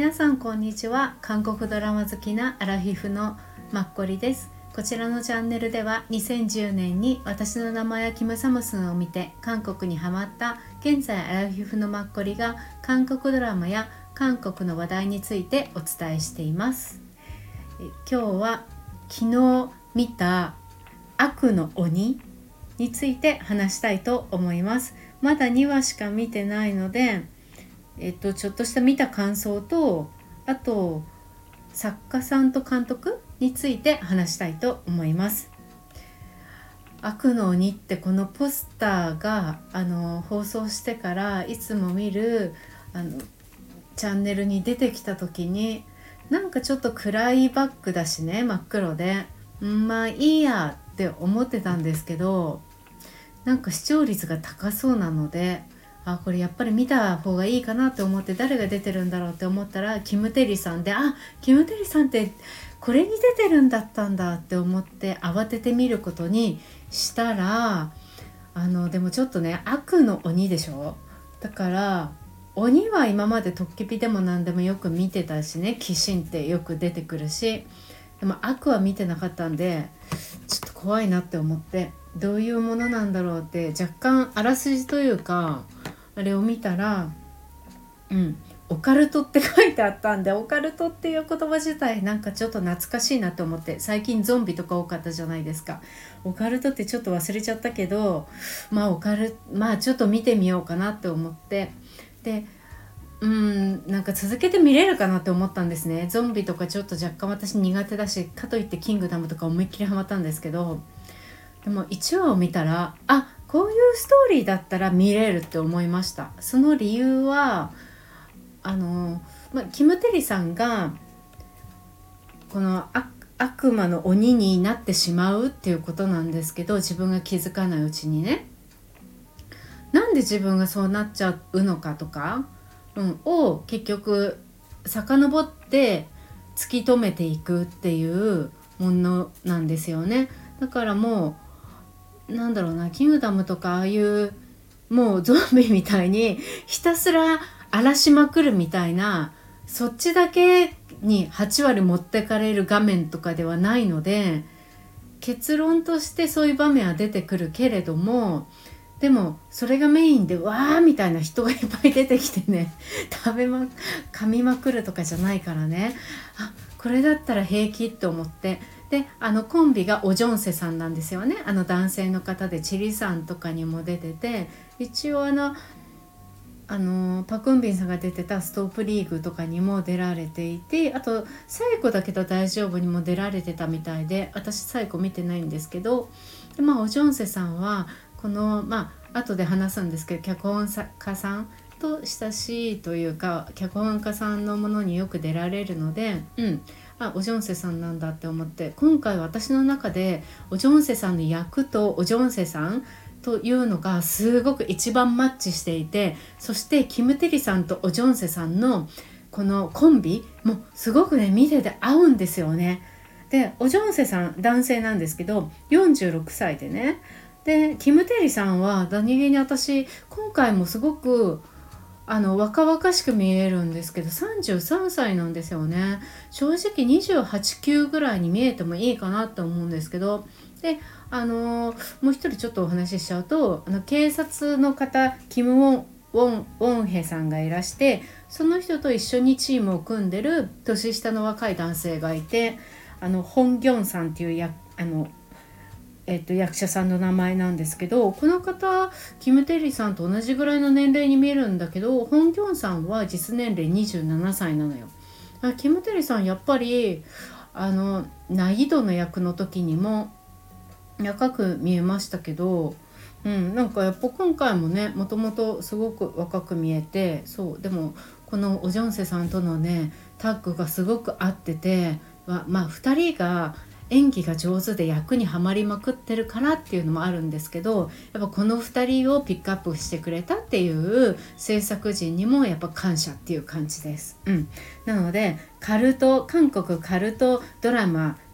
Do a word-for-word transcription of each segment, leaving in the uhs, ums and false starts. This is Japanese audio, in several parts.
皆さんこんにちは。韓国ドラマ好きなアラフィフのマッコリです。こちらのチャンネルではにせんじゅうねんに私の名前はキムサムスンを見て韓国にハマった現在アラフィフのマッコリが韓国ドラマや韓国の話題についてお伝えしています。え今日は昨日見た悪の鬼について話したいと思います。まだにわしか見てないのでえっと、ちょっとした見た感想と、あと作家さんと監督について話したいと思います。悪の鬼ってこのポスターがあの放送してからいつも見るあのチャンネルに出てきた時になんかちょっと暗いバッグだしね、真っ黒で、んまあいいやって思ってたんですけど、なんか視聴率が高そうなのであこれやっぱり見た方がいいかなと思って、誰が出てるんだろうって思ったらキム・テリさんで、あキム・テリさんってこれに出てるんだったんだって思って慌てて見ることにしたら、あのでもちょっとね、悪の鬼でしょ。だから鬼は今までトッケビでも何でもよく見てたしね、鬼神ってよく出てくるし、でも悪は見てなかったんでちょっと怖いなって思って、どういうものなんだろうって若干あらすじというかあれを見たら、うん、オカルトって書いてあったんで、オカルトっていう言葉自体なんかちょっと懐かしいなと思って、最近ゾンビとか多かったじゃないですか。オカルトってちょっと忘れちゃったけど、まあオカルまあちょっと見てみようかなって思って、でうんなんか続けて見れるかなって思ったんですね。ゾンビとかちょっと若干私苦手だし、かといってキングダムとか思いっきりハマったんですけど、でもいちわを見たらあこういうストーリーだったら見れるって思いました。その理由はあの、まあ、キム・テリさんがこの悪悪魔の鬼になってしまうっていうことなんですけど、自分が気づかないうちにね、なんで自分がそうなっちゃうのかとか、うん、を結局遡って突き止めていくっていうものなんですよね。だからもうなんだろうな、キングダムとかああいうもうゾンビみたいにひたすら荒らしまくるみたいな、そっちだけにはちわり持ってかれる画面とかではないので、結論としてそういう場面は出てくるけれども、でもそれがメインでわーみたいな人がいっぱい出てきてね食べま噛みまくるとかじゃないからね、あこれだったら平気って思って、であのコンビがオジョンセさんなんですよね。あの男性の方でチリさんとかにも出てて、一応あのあのパクンビンさんが出てたストープリーグとかにも出られていて、あとサイコだけど大丈夫にも出られてたみたいで、私サイコ見てないんですけど、で、まあ、オジョンセさんはこのまあ後で話すんですけど、脚本家さんと親しいというか脚本家さんのものによく出られるので、うんあオジョンセさんなんだって思って、今回私の中でオジョンセさんの役とオジョンセさんというのがすごく一番マッチしていて、そしてキム・テリさんとオジョンセさんのこのコンビもすごくね見てて合うんですよね。でオジョンセさん男性なんですけどよんじゅうろくさいでね、でキム・テリさんは何気に私今回もすごくあの若々しく見えるんですけどさんじゅうさんさいなんですよね。正直にじゅうはち、きゅうぐらいに見えてもいいかなと思うんですけど、であのもう一人ちょっとお話ししちゃうと、あの警察の方キム・ウォン、ウォン、ウォンヘさんがいらして、その人と一緒にチームを組んでる年下の若い男性がいて、あのホン・ギョンさんっていうやあのえっと、役者さんの名前なんですけど、この方キム・テリさんと同じぐらいの年齢に見えるんだけど、ホン・ギョンさんは実年齢にじゅうななさいなのよ。キム・テリさんやっぱりあのナイドの役の時にも若く見えましたけど、うん、なんかやっぱ今回もねもともとすごく若く見えて、そうでもこのオジョンセさんとのねタッグがすごく合ってて、まあふたりが演技が上手で役にはまりまくってるからっていうのもあるんですけど、やっぱこのふたりをピックアップしてくれたっていう制作陣にもやっぱ感謝っていう感じです。うん、なのでカルト韓国カルトドラマ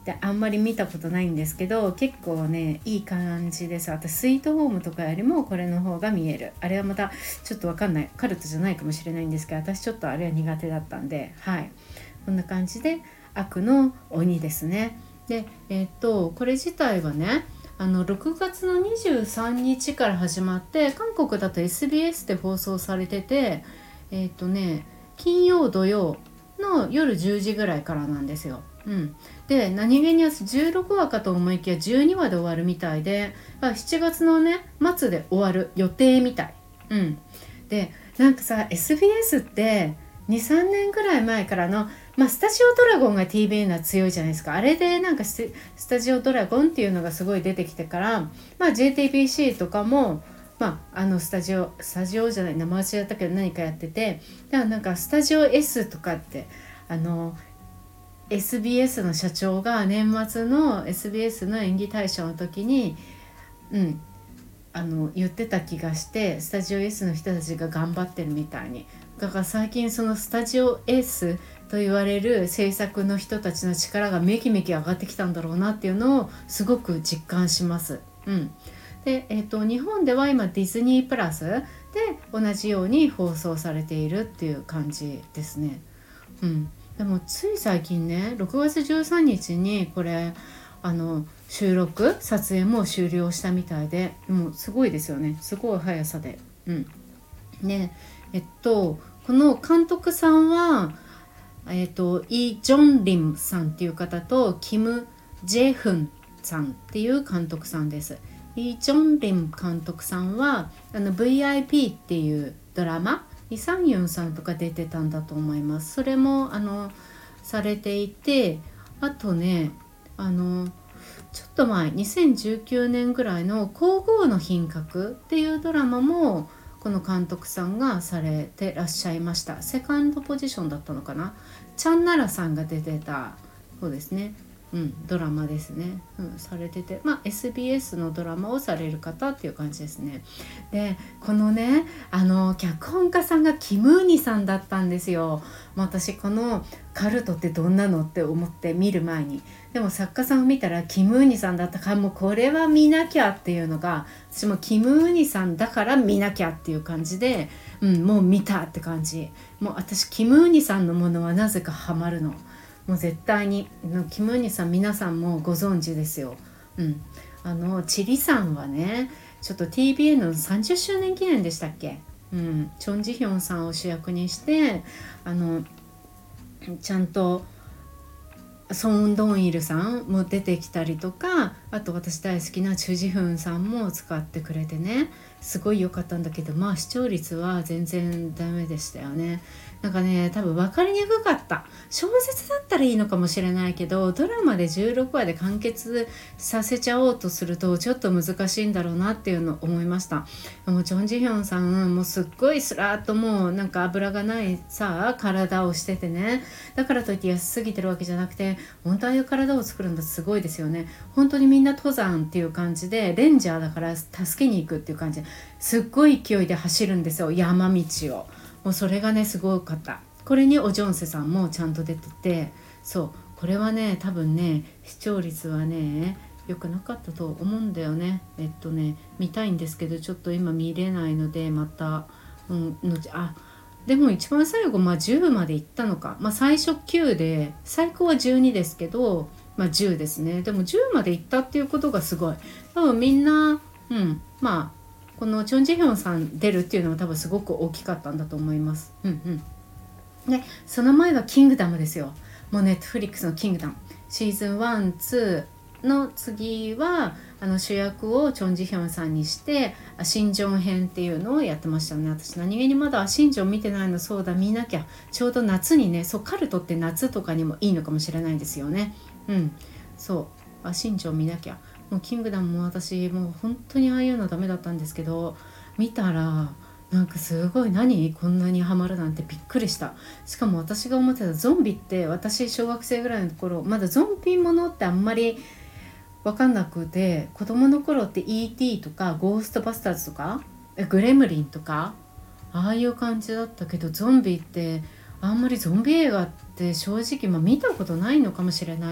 であんまり見たことないんですけど、結構ねいい感じです。あとスイートホームとかよりもこれの方が見える。あれはまたちょっとわかんない、カルトじゃないかもしれないんですけど、私ちょっとあれは苦手だったんで、はい、こんな感じで悪の鬼ですね。でえっとこれ自体はね、あのろくがつのにじゅうさんにちから始まって、韓国だと エスビーエス で放送されてて、えっとね金曜土曜の夜じゅうじぐらいからなんですよ。うん、で何気にじゅうろくわかと思いきやじゅうにわで終わるみたいで、しちがつのね末で終わる予定みたい。うん、でなんかさ エスビーエス ってにさんねんぐらい前からの、まあ、スタジオドラゴンが ティービーエー のは強いじゃないですか。あれでなんかスタジオドラゴンっていうのがすごい出てきてから、まあ、ジェーティービーシー とかもまあ、あのスタジオスタジオじゃない名前違ったけど何かやってて、だからなんかスタジオ S とかってあの エスビーエス の社長が年末の エスビーエス の演技大賞の時に、うん、あの言ってた気がして、スタジオ S の人たちが頑張ってるみたいに。だから最近そのスタジオ S と言われる制作の人たちの力がめきめき上がってきたんだろうなっていうのをすごく実感します。うんでえー、と日本では今ディズニープラスで同じように放送されているっていう感じですね。うん、でもつい最近ねろくがつじゅうさんにちにこれあの収録撮影も終了したみたいで、もうすごいですよね、すごい速さで。うんねえっとこの監督さんはえっとイ・ジョンリムさんっていう方とキム・ジェフンさんっていう監督さんです。イ・ジョンリム監督さんはあの ブイアイピー っていうドラマイ・サンユンさんとか出てたんだと思います。それもあのされていて、あとねあのちょっと前にせんじゅうきゅうねんぐらいの皇后の品格っていうドラマもこの監督さんがされてらっしゃいました。セカンドポジションだったのかな。チャンナラさんが出てたそうですね、うん、ドラマですね、うん、されてて、まあ、エスビーエス のドラマをされる方っていう感じですね。でこのねあの脚本家さんがキム・ウニさんだったんですよ。私このカルトってどんなのって思って見る前に、でも作家さんを見たらキム・ウニさんだったから、もうこれは見なきゃっていうのが、私もキム・ウニさんだから見なきゃっていう感じで、うん、もう見たって感じ。もう私キム・ウニさんのものはなぜかハマるの。もう絶対にキム・ウニさん皆さんもご存知ですよ。うん、あのチリさんはねちょっと ティービーエー のさんじゅっしゅうねん記念でしたっけ、うん、チョン・ジヒョンさんを主役にしてあのちゃんとソン・ドンイルさんも出てきたりとか、あと私大好きなチュ・ジフンさんも使ってくれてね、すごい良かったんだけど、まあ視聴率は全然ダメでしたよね。なんかね多分分かりにくかった。小説だったらいいのかもしれないけど、ドラマでじゅうろくわで完結させちゃおうとするとちょっと難しいんだろうなっていうのを思いました。もうチョン・ジヒョンさんもうすっごいスラーっともうなんか油がないさ体をしててね、だからといって安すぎてるわけじゃなくて、本当ああいう体を作るのすごいですよね。本当にみんな登山っていう感じでレンジャーだから助けに行くっていう感じですっごい勢いで走るんですよ、山道を。もうそれがねすごかった。これにオジョンセさんもちゃんと出てて、そうこれはね多分ね視聴率はね良くなかったと思うんだよね。えっとね見たいんですけどちょっと今見れないのでまた、うん、のちあでも一番最後、まあ、じゅうまでいったのか、まあ、最初きゅうで最高はじゅうにですけど、まあ、じゅうですね。でもじゅうまでいったっていうことがすごい。多分みんな、うん、まあこのチョン・ジヒョンさん出るっていうのは多分すごく大きかったんだと思います。うんうんでその前はキングダムですよ。もうネットフリックスのキングダムシーズンワン、ツーの次はあの主役をチョン・ジヒョンさんにしてアシンジョン編っていうのをやってましたね。私何気にまだアシンジョン見てないの、そうだ見なきゃ。ちょうど夏にね、そうカルトって夏とかにもいいのかもしれないですよね。うんそうアシンジョン見なきゃ。もうキングダムも私もう本当にああいうのダメだったんですけど、見たらなんかすごい、何こんなにハマるなんてびっくりした。しかも私が思ってたゾンビって、私小学生ぐらいの頃まだゾンビものってあんまり分かんなくて、子供の頃って イーティー とかゴーストバスターズとかグレムリンとかああいう感じだったけど、ゾンビってあんまりゾンビ映画って正直、まあ、見たことないのかもしれない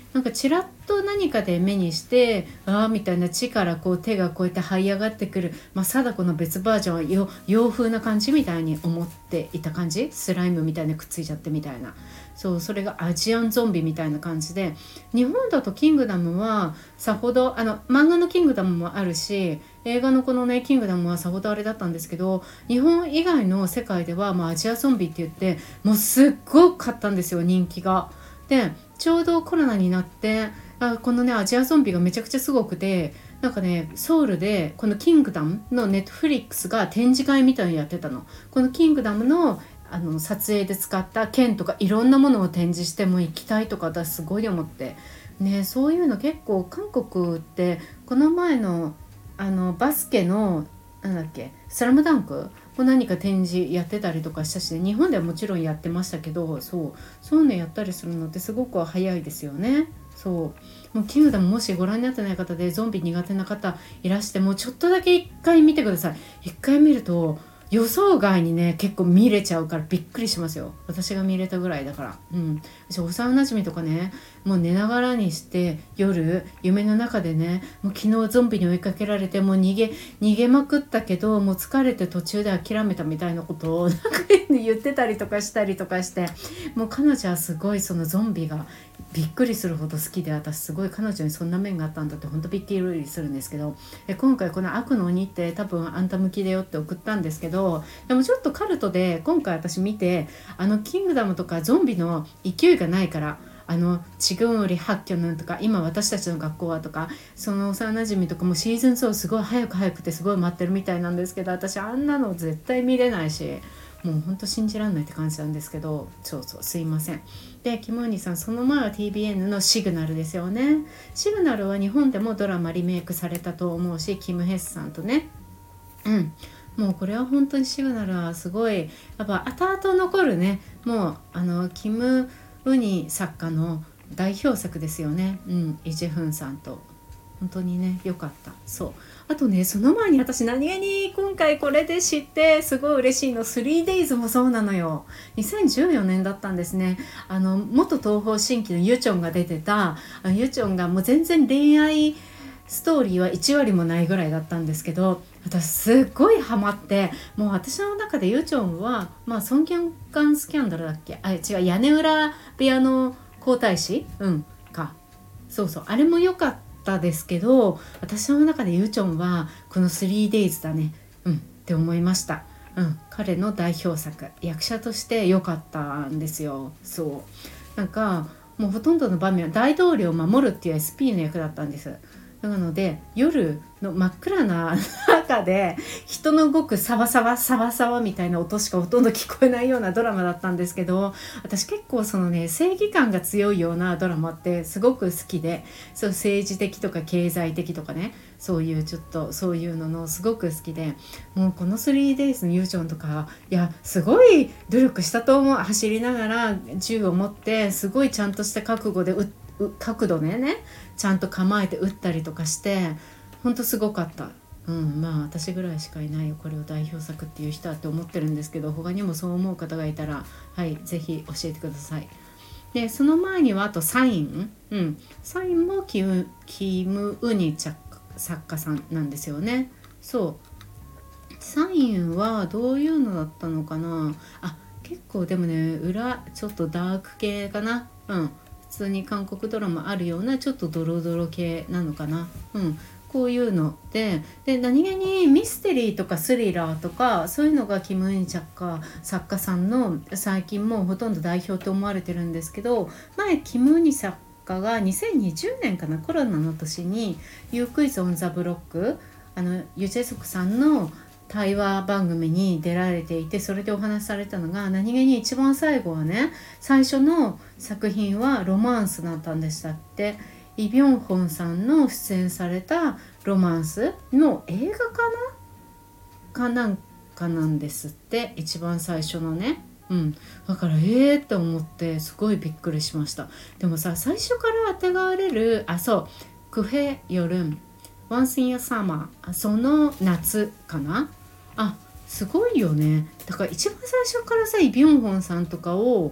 なんかちらっと何かで目にしてああみたいな地からこう手がこうやって這い上がってくる、まあ、貞子の別バージョンはよ洋風な感じみたいに思っていた感じ、スライムみたいなくっついちゃってみたいな、そうそれがアジアンゾンビみたいな感じで、日本だとキングダムはさほどあの漫画のキングダムもあるし映画のこのねキングダムはさほどあれだったんですけど、日本以外の世界では、まあ、アジアゾンビって言ってもうすっごくかったんですよ、人気が。でちょうどコロナになってあこのねアジアゾンビがめちゃくちゃすごくて、なんかねソウルでこのキングダムのネットフリックスが展示会みたいにやってたの。このキングダムのあの撮影で使った剣とかいろんなものを展示しても行きたいとか私すごい思ってね、そういうの結構韓国ってこの前のあのバスケのなんだっけスラムダンクも何か展示やってたりとかしたし、ね、日本ではもちろんやってましたけど、そうそういうのやったりするのってすごく早いですよね。そうもうキングダムもしご覧になってない方でゾンビ苦手な方いらしてもちょっとだけ一回見てください。一回見ると予想外にね結構見れちゃうからびっくりしますよ。私が見れたぐらいだから。うん。私幼なじみとかねもう寝ながらにして夜夢の中でねもう昨日ゾンビに追いかけられてもう逃げ逃げまくったけどもう疲れて途中で諦めたみたいなことをなんか言ってたりとかしたりとかして、もう彼女はすごいそのゾンビがびっくりするほど好きで、私すごい彼女にそんな面があったんだって本当びっくりするんですけど、え今回この悪の鬼って多分あんた向きだよって送ったんですけど、でもちょっとカルトで今回私見てあのキングダムとかゾンビの勢いがないから、あのチグンウリハッキョヌンとか今私たちの学校はとかその幼なじみとかもシーズンツーすごい早く早くてすごい待ってるみたいなんですけど、私あんなの絶対見れないしもうほんと信じらんないって感じなんですけど、そうそうすいません。でキム・ウニさんその前は ティービーエヌ のシグナルですよね。シグナルは日本でもドラマリメイクされたと思うし、キム・ヘスさんとね、うんもうこれは本当にシグナルはすごいやっぱ後々残るね、もうあのキム・ウニ作家の代表作ですよね。うんイ・ジェフンさんと本当にね良かった。そうあとねその前に私何気に今回これで知ってすごい嬉しいの スリーデイズ もそうなのよ。にせんじゅうよねんだったんですね。あの元東方神起のユチョンが出てたあユチョンがもう全然恋愛ストーリーはいち割もないぐらいだったんですけど、私すっごいハマって、もう私の中でユチョンはまあソンキャンガンスキャンダルだっけ、あ違う屋根裏部屋の皇太子うんかそうそうあれも良かったですけど、私の中でユチョンはこの スリーデイズ だねうんって思いました。うん、彼の代表作役者として良かったんですよ。そうなんかもうほとんどの場面は大統領を守るっていう エスピー の役だったんです。なので夜の真っ暗な中で人の動くサバサバサバサバみたいな音しかほとんど聞こえないようなドラマだったんですけど、私結構そのね正義感が強いようなドラマってすごく好きで、そう政治的とか経済的とかねそういうちょっとそういうののすごく好きで、もうこの スリーデイズ のユーチョンとかいやすごい努力したと思う。走りながら銃を持ってすごいちゃんとした覚悟で撃って角度でねちゃんと構えて打ったりとかしてほんとすごかった。うんまあ私ぐらいしかいないよこれを代表作っていう人はって思ってるんですけど、他にもそう思う方がいたらはいぜひ教えてください。でその前にはあとサイン、うん、サインもキム、キムウニ作家さんなんですよね。そうサインはどういうのだったのかなあ、結構でもね裏ちょっとダーク系かな。うん普通に韓国ドラマあるようなちょっとドロドロ系なのかな。うんこういうのでで何気にミステリーとかスリラーとかそういうのがキム・イン作家作家さんの最近もうほとんど代表と思われてるんですけど、前キム・ウニ作家がにせんにじゅうねんかなコロナの年にユークイズ・オン・ザ・ブロックあのユジェソクさんの対話番組に出られていて、それでお話しされたのが何気に一番最後はね最初の作品はロマンスだったんでしたって。イ・ビョンホンさんの出演されたロマンスの映画かなかなんかなんですって、一番最初のね。うん、だからえーって思ってすごいびっくりしました。でもさ最初からあてがわれるあそうクヘヨルンワンスインヤサマーその夏かなあすごいよね。だから一番最初からさイ・ビョンホンさんとかを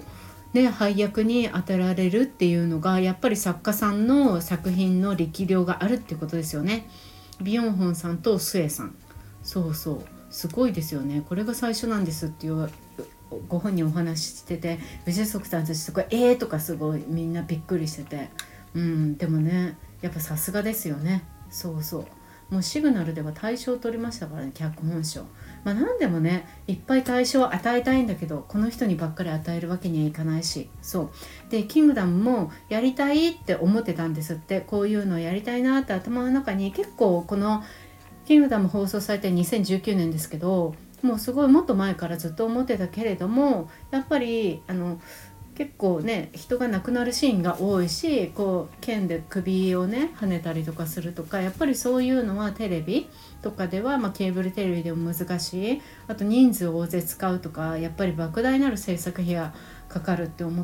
ね、配役に当てられるっていうのがやっぱり作家さんの作品の力量があるっていうことですよね。ビヨンホンさんとスエさん、そうそうすごいですよね。これが最初なんですっていうご本人お話ししてて、宇治足さんたちすごいえーとかすごいみんなびっくりしてて、うんでもねやっぱさすがですよね。そうそうもうシグナルでは大賞を取りましたからね、脚本賞。まあ何でもねいっぱい大賞を与えたいんだけど、この人にばっかり与えるわけにはいかないし、そうでキングダムもやりたいって思ってたんですって。こういうのをやりたいなって頭の中に結構、このキングダム放送されてにせんじゅうきゅうねんですけど、もうすごいもっと前からずっと思ってたけれども、やっぱりあの結構ね人が亡くなるシーンが多いし、こう剣で首をね跳ねたりとかするとか、やっぱりそういうのはテレビとかでは、まあ、ケーブルテレビでも難しい。あと人数を大勢使うとか、やっぱり莫大なる制作費がかかるって思って、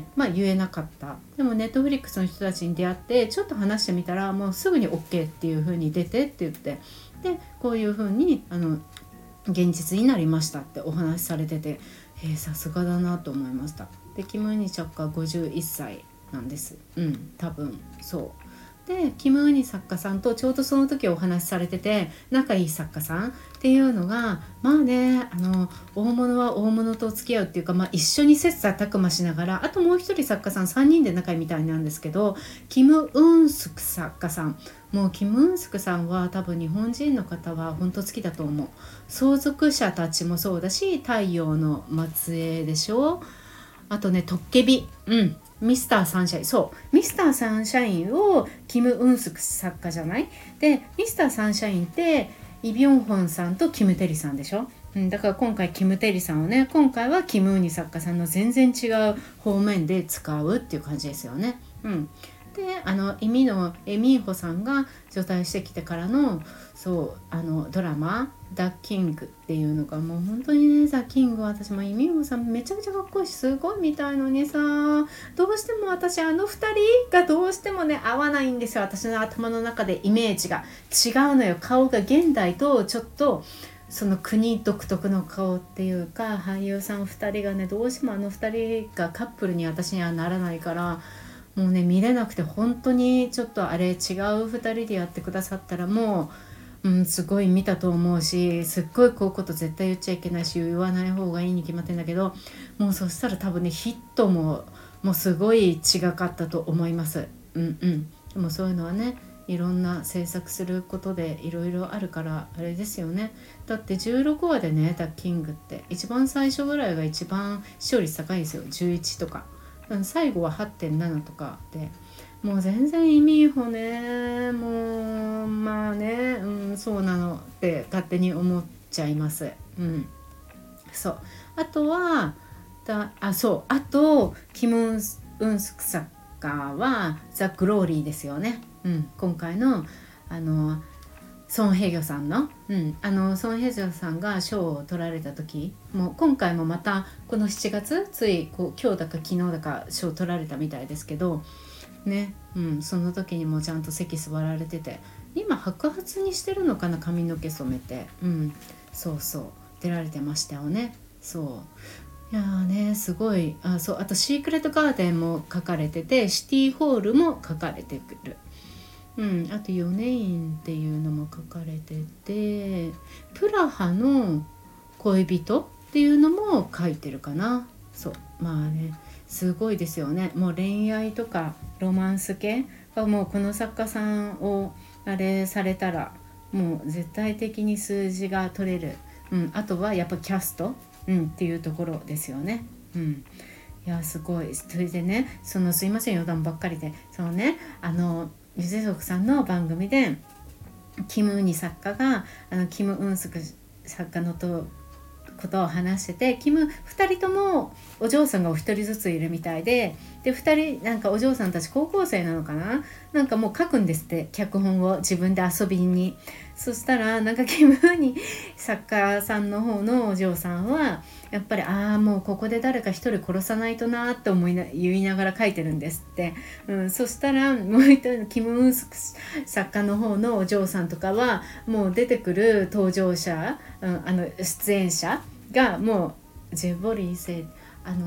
まあ、言えなかった。でもネットフリックスの人たちに出会ってちょっと話してみたら、もうすぐに OK っていう風に出てって言って、でこういう風にあの現実になりましたってお話しされてて、えー、さすがだなと思いました。でキム・ウニ作家はごじゅういっさいなんです。うん多分そうで、キム・ウニ作家さんとちょうどその時お話しされてて、仲いい作家さんっていうのがまあね、あの大物は大物と付き合うっていうか、まあ、一緒に切磋琢磨しながら、あともう一人作家さんさんにんで仲いいみたいなんですけど、キム・ウンスク作家さん、もうキム・ウンスクさんは多分日本人の方は本当好きだと思う。相続者たちもそうだし、太陽の末裔でしょ。あとねトッケビ、うんミスターサンシャイン、そうミスターサンシャインをキム・ウンスク作家じゃない。でミスターサンシャインってイ・ビョンホンさんとキム・テリさんでしょ、うん、だから今回キム・テリさんをね、今回はキム・ウニ作家さんの全然違う方面で使うっていう感じですよね。うんであのイミのエミーホさんが除隊してきてからのそうあのドラマダ・キングっていうのがもう本当にね、ザ・キングは私もイミーホさんめちゃくちゃかっこいいしすごい見たいのにさ、どうしても私あのふたりがどうしてもね合わないんですよ。私の頭の中でイメージが違うのよ。顔が現代とちょっとその国独特の顔っていうか、俳優さんふたりがねどうしてもあのふたりがカップルに私にはならないから、もうね見れなくて、本当にちょっとあれ違うふたりでやってくださったらもう、うん、すごい見たと思うし、すっごいこういうこと絶対言っちゃいけないし言わない方がいいに決まってんだけど、もうそしたら多分ねヒットももうすごい違かったと思います。うんうんでもそういうのはねいろんな制作することでいろいろあるからあれですよね。だってじゅうろくわでねダ・キングって一番最初ぐらいが一番視聴率高いんですよ。じゅういちとか最後は はってんなな とかで、もう全然意味ほね、もうまあね、うん、そうなのって勝手に思っちゃいます。うん、そうあとはだあそうあとキム・ウンスク作家はザ・グローリーですよね。うん、今回のあのソン・ヘギョさんの、うん、あのソン・ヘギョさんが賞を取られた時もう今回もまたこのしちがつついこう今日だか昨日だか賞を取られたみたいですけどね、うん、その時にもちゃんと席座られてて、今白髪にしてるのかな、髪の毛染めて、うん、そうそう出られてましたよね。そういやーねすごい。あそうあとシークレットガーデンも書かれてて、シティホールも書かれてくる。うん、あとヨネインっていうのも書かれてて、プラハの恋人っていうのも書いてるかな。そうまあねすごいですよね。もう恋愛とかロマンス系はもうこの作家さんをあれされたらもう絶対的に数字が取れる。うん、あとはやっぱキャスト、うん、っていうところですよね。うんいやすごい。それでねそのすいません余談ばっかりで、そのねあのユゼ族さんの番組でキム・ウニ作家があのキム・ウンスク作家のとことを話してて、キムふたりともお嬢さんがお一人ずついるみたいで、でふたりなんかお嬢さんたち高校生なのかな、なんかもう書くんですって脚本を自分で遊びに。そしたらなんかキムに作家さんの方のお嬢さんはやっぱりああもうここで誰か一人殺さないとなって思いな言いながら書いてるんですって、うん、そしたらもう一人のキム・ウンスク作家の方のお嬢さんとかはもう出てくる登場者、うん、あの出演者がもうジェボリーせあの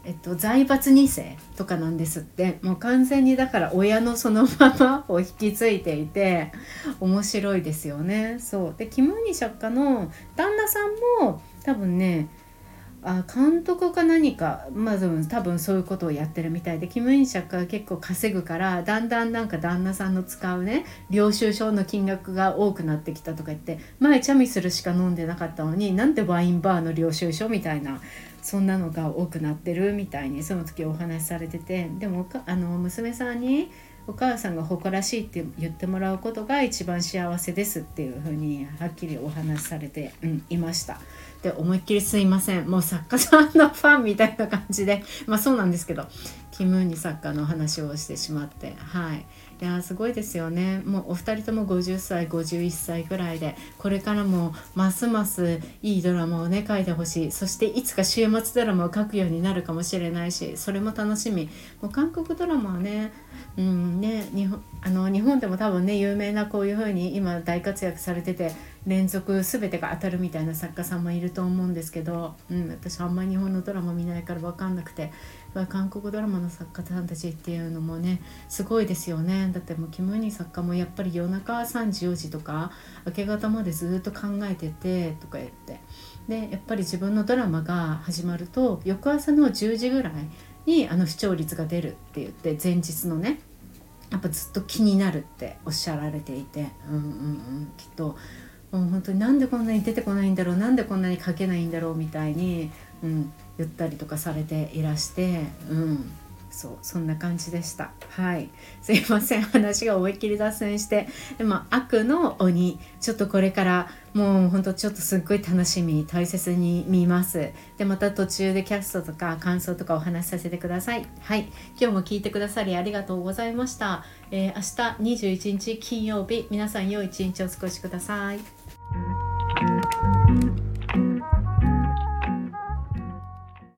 えっと、財閥に世とかなんですって。もう完全にだから親のそのままを引き継いでいて面白いですよね。そうでキム・ウニ作家の旦那さんも多分ねあ監督か何か、まあ、多分そういうことをやってるみたいで、キム・イン作家が結構稼ぐからだんだんなんか旦那さんの使うね領収書の金額が多くなってきたとか言って、前チャミスルしか飲んでなかったのになんでワインバーの領収書みたいな、そんなのが多くなってるみたいにその時お話しされてて、でもあの娘さんにお母さんが誇らしいって言ってもらうことが一番幸せですっていうふうにはっきりお話しされて、うん、いました。で思いっきりすいません、もう作家さんのファンみたいな感じで、まあそうなんですけどキム・ウニ作家の話をしてしまって、はい、いやすごいですよね。もうお二人ともごじゅっさいごじゅういっさいぐらいで、これからもますますいいドラマをね書いてほしい。そしていつか週末ドラマを書くようになるかもしれないし、それも楽しみ。もう韓国ドラマはね、うんね、日本あの日本でも多分ね有名なこういう風に今大活躍されてて連続全てが当たるみたいな作家さんもいると思うんですけど、うん、私あんまり日本のドラマ見ないから分かんなくて、韓国ドラマの作家さんたちっていうのもねすごいですよね。だってもうキム・ウニ作家もやっぱり夜中さんじよじとか明け方までずっと考えててとか言って、でやっぱり自分のドラマが始まると翌朝のじゅうじぐらいにあの視聴率が出るって言って、前日のねやっぱずっと気になるっておっしゃられていて、うんうんうん、きっともう本当になんでこんなに出てこないんだろう、なんでこんなに書けないんだろうみたいに、うん、言ったりとかされていらして、うん、そうそんな感じでした。はい、すいません話が思いっきり脱線して、でも悪の鬼ちょっとこれからもうほんとちょっとすっごい楽しみ、大切に見ます。でまた途中でキャストとか感想とかお話しさせてください。はい、今日も聞いてくださりありがとうございました。えー、明日にじゅういちにち金曜日、皆さん良い一日をお過ごしください。